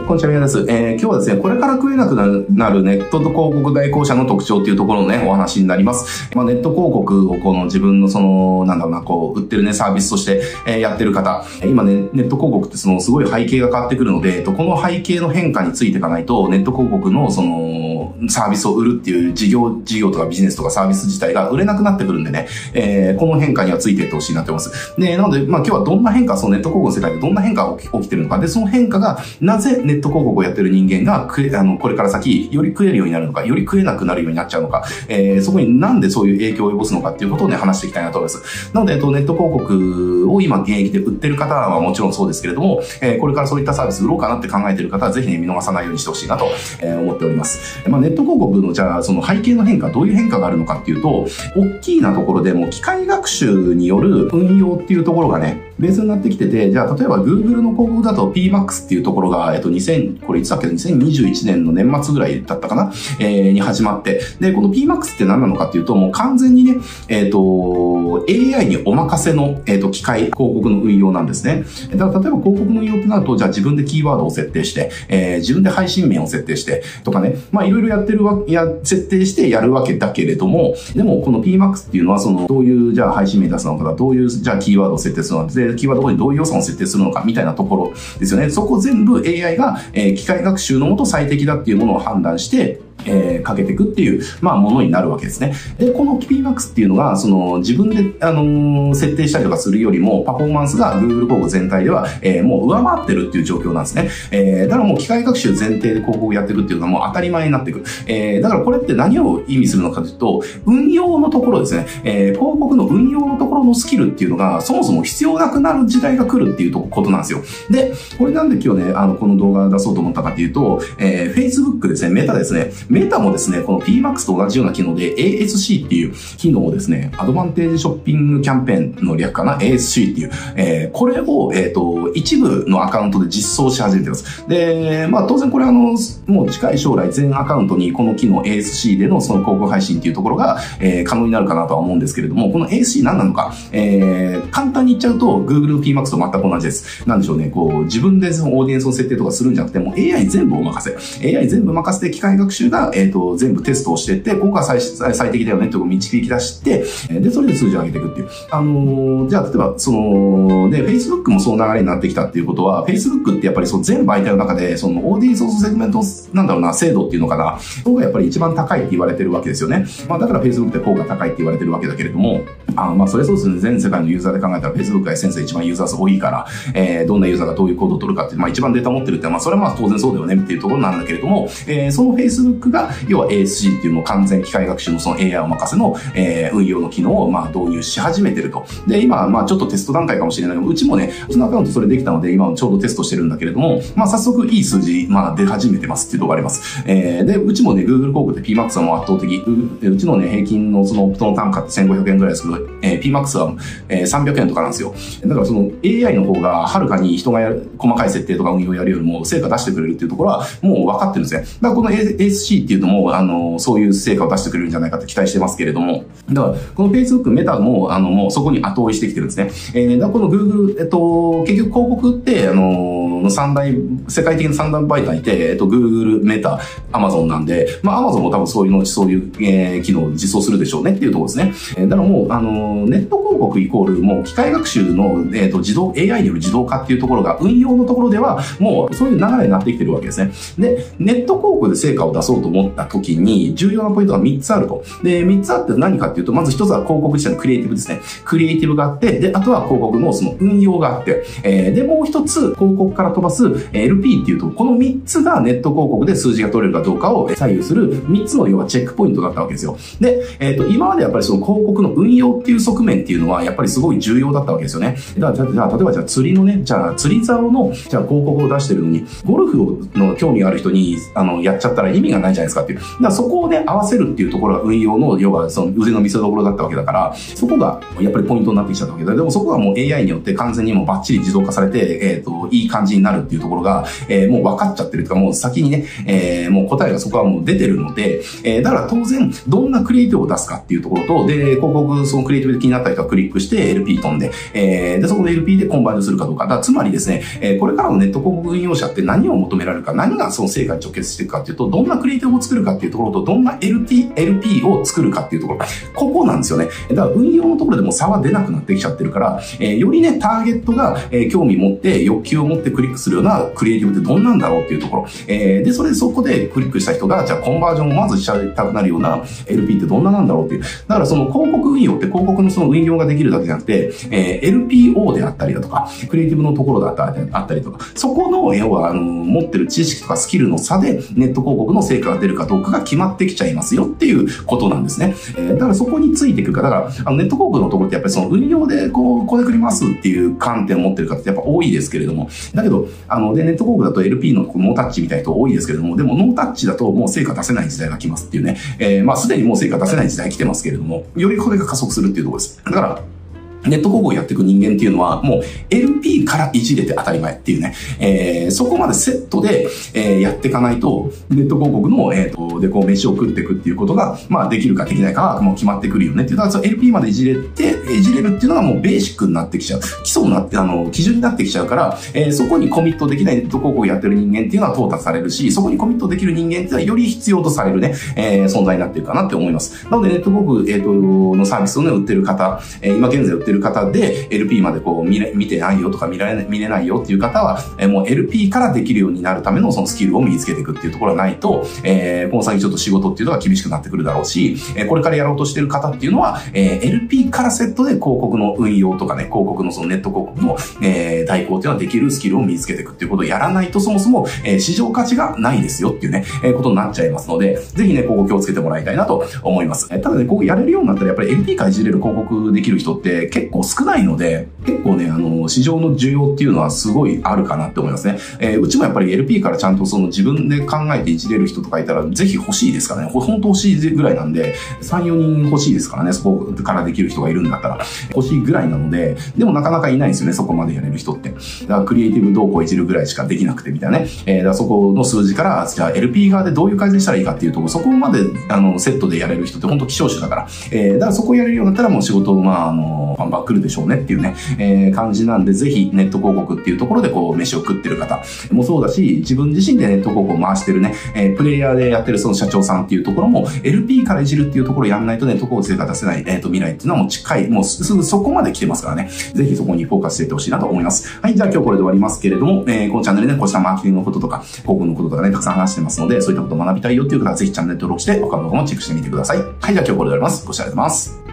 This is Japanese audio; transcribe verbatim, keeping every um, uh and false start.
こんにちは、宮です。えー、今日はですね、これから食えなくなるネットと広告代行者の特徴っていうところのね、お話になります。まあ、ネット広告をこの自分のその、なんだろうな、こう、売ってるね、サービスとして、えー、やってる方。今ね、ネット広告ってその、すごい背景が変わってくるので、この背景の変化についていかないと、ネット広告のその、サービスを売るっていう事業、事業とかビジネスとかサービス自体が売れなくなってくるんでね、えー、この変化にはついていってほしいなって思います。で、なので、まあ、今日はどんな変化、そのネット広告の世界でどんな変化が起き、起きてるのか。で、その変化が、なぜネット広告をやってる人間が食え、あの、これから先、より食えるようになるのか、より食えなくなるようになっちゃうのか、えー、そこになんでそういう影響を及ぼすのかっていうことをね、話していきたいなと思います。なので、えっと、ネット広告を今現役で売ってる方はもちろんそうですけれども、えー、これからそういったサービス売ろうかなって考えてる方は、ぜひね、見逃さないようにしてほしいなと、えー、思っております。まあ、ネット広告の、じゃあ、その背景の変化、どういう変化があるのかっていうと、大きなところでもう機械学習による運用っていうところがね、ベースになってきてて、じゃあ、例えば Google の広告だと ピーマックス っていうところが、えっと、にせん、これいつだっけ、にせんにじゅういちねんの年末ぐらいだったかな、えー、に始まって、で、この ピーマックス って何なのかっていうと、もう完全にね、えっと、エーアイ にお任せの、えっと、機械広告の運用なんですね。だから、例えば広告の運用ってなると、じゃあ自分でキーワードを設定して、えー、自分で配信面を設定して、とかね、まあ、いろいろやってるわ、や、設定してやるわけだけれども、でも、この ピーマックス っていうのは、その、どういう、じゃあ配信面出すのか、どういう、じゃあキーワードを設定するのか、で、キーワードにどういう予算を設定するのか、みたいなところですよね。そこ全部 エーアイ が、えー、機械学習のもと最適だっていうものを判断して、えー、かけていくっていう、まあ、ものになるわけですね。で、この ピーマックス っていうのが、その、自分で、あのー、設定したりとかするよりも、パフォーマンスが Google 広告全体では、えー、もう上回ってるっていう状況なんですね。えー、だからもう機械学習前提で広告をやっていくっていうのはもう当たり前になっていく。えー、だからこれって何を意味するのかというと、運用のところですね。えー、広告の運用のところのスキルっていうのが、そもそも必要なくなる時代が来るっていうことなんですよ。で、これなんで今日ね、あの、この動画を出そうと思ったかっていうと、えー、Facebook ですね、メタですね。メタもですね、この ピーマックス と同じような機能で エーエスシー っていう機能をですね、アドバンテージショッピングキャンペーンの略かな エーエスシー っていう、えー、これを、えっと、一部のアカウントで実装し始めてます。で、まあ当然これあの、もう近い将来全アカウントにこの機能 エーエスシー でのその広告配信っていうところが、えー、可能になるかなとは思うんですけれども、この エーエスシー 何なのか、えー、簡単に言っちゃうと Google の ピーマックス と全く同じです。なんでしょうね、こう、自分でそのオーディエンスの設定とかするんじゃなくて、もう エーアイ 全部お任せ。エーアイ 全部任せて機械学習が、えっと、全部テストをしていって、ここが最最適だよねっていうのを導き出して、で、それで数字を上げていくっていう。あのー、じゃあ、例えば、その、で、Facebook もその流れになってきたっていうことは、Facebook ってやっぱりその全媒体の中で、その、オーディエンスセグメント、なんだろうな、精度っていうのかな、そこがやっぱり一番高いって言われてるわけですよね。まあ、だから Facebook って効果高いって言われてるわけだけれども、あまあ、それそうですね、全世界のユーザーで考えたら Facebook がエッセンスで一番ユーザー数多いから、えー、どんなユーザーがどういう行動を取るかっていう、まあ、一番データ持ってるって、まあ、それはまあ、当然そうだよねっていうところなんだけれども、えー、その Facebook が、要は エーエスシー っていうのを完全機械学習のその エーアイ お任せの、えー、運用の機能をまあ導入し始めてると。で、今、まあちょっとテスト段階かもしれないけど、うちもね、うちのアカウントそれできたので、今ちょうどテストしてるんだけれども、まあ早速いい数字、まあ出始めてますっていうのがあります。えー、で、うちもね、Google 広告って ピーマックス はもう圧倒的。う, うちのね、平均のそのオプトの単価ってせんごひゃくえんぐらいですけど、えー、ピーマックス は、えー、さんびゃくえんとかなんですよ。だからその エーアイ の方がはるかに人がやる、細かい設定とか運用やるよりも成果出してくれるっていうところはもう分かってるんですね。だからこの エーエスシー っていうのも、あの、そういう成果を出してくれるんじゃないかって期待してますけれども、だから、この Facebook、メタも、あの、もうそこに後追いしてきてるんですね。えー、だからこの Google、えっと、結局広告って、あの、三大、世界的な三大媒体って、えっと、Google、メタ、Amazon なんで、まあ Amazon も多分そういうの、そういう、えー、機能を実装するでしょうねっていうところですね。えー、だからもう、あの、ネット広告イコール、もう機械学習の、えっと、自動、エーアイ による自動化っていうところが、運用のところでは、もうそういう流れになってきてるわけですね。で、ネット広告で成果を出そうと思った時に、重要なポイントがみっつあると。で、みっつあって何かっていうと、まずひとつは広告自体のクリエイティブですね。クリエイティブがあって、で、あとは広告のその運用があって、えー、で、もう一つ広告から飛ばす エルピー っていうと、このみっつがネット広告で数字が取れるかどうかを左右するみっつの要はチェックポイントだったわけですよ。で、えっと、今までやっぱりその広告の運用っていう側面っていうのはやっぱりすごい重要だったわけですよね。だから、じゃあ、例えばじゃあ釣りのね、じゃあ釣り竿の、じゃあ広告を出してるのに、ゴルフの興味がある人に、あの、やっちゃったら意味がないじゃないですかっていう。だからそこをね、合わせるっていうところが運用の、要はその腕の見せ所だったわけだから、そこがやっぱりポイントになってきちゃったわけだ。でもそこはもう エーアイ によって完全にもうバッチリ自動化されて、えっと、いい感じになるっていうところが、えー、もう分かっちゃってるとか、もう先にね、えー、もう答えがそこはもう出てるので、えー、だから当然、どんなクリエイティブを出すかっていうところと、で、広告、そのクリエイティブリエイティブで気になった人はクリックして エルピー 飛んで、えー、で、そこで エルピー でコンバージョンするかどうか。だからつまりですね、えー、これからのネット広告運用者って何を求められるか、何がその成果に直結していくかっていうと、どんなクリエイティブを作るかっていうところと、どんな エルピー、エルピー を作るかっていうところ。ここなんですよね。だから運用のところでも差は出なくなってきちゃってるから、えー、よりね、ターゲットが、えー、興味持って、欲求を持ってクリックするようなクリエイティブってどんなんだろうっていうところ。えー、で、それでそこでクリックした人が、じゃあコンバージョンをまずしちゃいたくなるような エルピー ってどんななんだろうっていう。だからその広告運用って広告のその運用ができるだけじゃなくて、えー、エルピーオー であったりだとか、クリエイティブのところだったり、あったりとか、そこの、要は、あの、持ってる知識とかスキルの差で、ネット広告の成果が出るかどうかが決まってきちゃいますよっていうことなんですね。えー、だからそこについていくか、だから、あの、ネット広告のところってやっぱりその運用で、こう、こねくりますっていう観点を持ってる方ってやっぱ多いですけれども、だけど、あの、で、ネット広告だと エルピー のノータッチみたいな人多いですけれども、でもノータッチだともう成果出せない時代が来ますっていうね、えー、まあ、すでにもう成果出せない時代来てますけれども、よりこれが加速するっていうところです。だから、ネット広告をやっていく人間っていうのは、もう エルピー からいじれて当たり前っていうね、えー、そこまでセットで、えー、やっていかないと、ネット広告の、えーと、で、こう、飯を食っていくっていうことが、まあ、できるかできないかはもう決まってくるよねっていう。だから、その エルピー までいじれて、いじれるっていうのがもうベーシックになってきちゃう。基礎になって、あの、基準になってきちゃうから、えー、そこにコミットできないネット広告をやってる人間っていうのは淘汰されるし、そこにコミットできる人間っていうのはより必要とされるね、えー、存在になっているかなって思います。なので、ネット広告、えーと、のサービスをね、売ってる方、えー、今現在売ってる方で、エルピー までこう見れ、見てないよとか見られない、見れないよっていう方は、えー、もう エルピー からできるようになるためのそのスキルを身につけていくっていうところがないと、えー、この先ちょっと仕事っていうのが厳しくなってくるだろうし、えー、これからやろうとしてる方っていうのは、えー、エルピー からセットで広告の運用とかね、広告のそのネット広告の、えー、代行っていうのはできるスキルを身につけていくっていうことをやらないとそもそも、えー、市場価値がないですよっていうね、えー、ことになっちゃいますので、ぜひね、ここ気をつけてもらいたいなと思います。えー、ただね、ここやれるようになったらやっぱり エルピー からいじれる広告できる人って結構少ないので、結構ね、あの、市場の需要っていうのはすごいあるかなって思いますね。えー、うちもやっぱり エルピー からちゃんとその自分で考えていじれる人とかいたら、ぜひ欲しいですからね。これ本当欲しいぐらいなんで、さん、よにん欲しいですからね。そこからできる人がいるんだったら。欲しいぐらいなので、でもなかなかいないんですよね。そこまでやれる人って。だからクリエイティブ動向をいじるぐらいしかできなくてみたいなね。えー、だからそこの数字から、じゃあ エルピー 側でどういう改善したらいいかっていうところ、そこまで、あの、セットでやれる人って本当希少種だから。えー、だからそこをやれるようになったらもう仕事、まあ、あの、バンバン来るでしょうねっていうね、えー、感じなんで、ぜひネット広告っていうところでこう飯を食ってる方もそうだし、自分自身でネット広告を回してるね、えー、プレイヤーでやってるその社長さんっていうところも エルピー からいじるっていうところをやんないとネット広告成果出せない、えー、と未来っていうのはもう近い、もうすぐそこまで来てますからね。ぜひそこにフォーカスしていってほしいなと思います。はい、じゃあ今日これで終わりますけれども、えー、このチャンネルで、ね、こうしたマーケティングのこととか、広告のこととかね、たくさん話してますので、そういったことを学びたいよっていう方はぜひチャンネル登録して他の動画もチェックしてみてください。はい、じゃあ今日これで終わります。ご視聴ありがとうございます。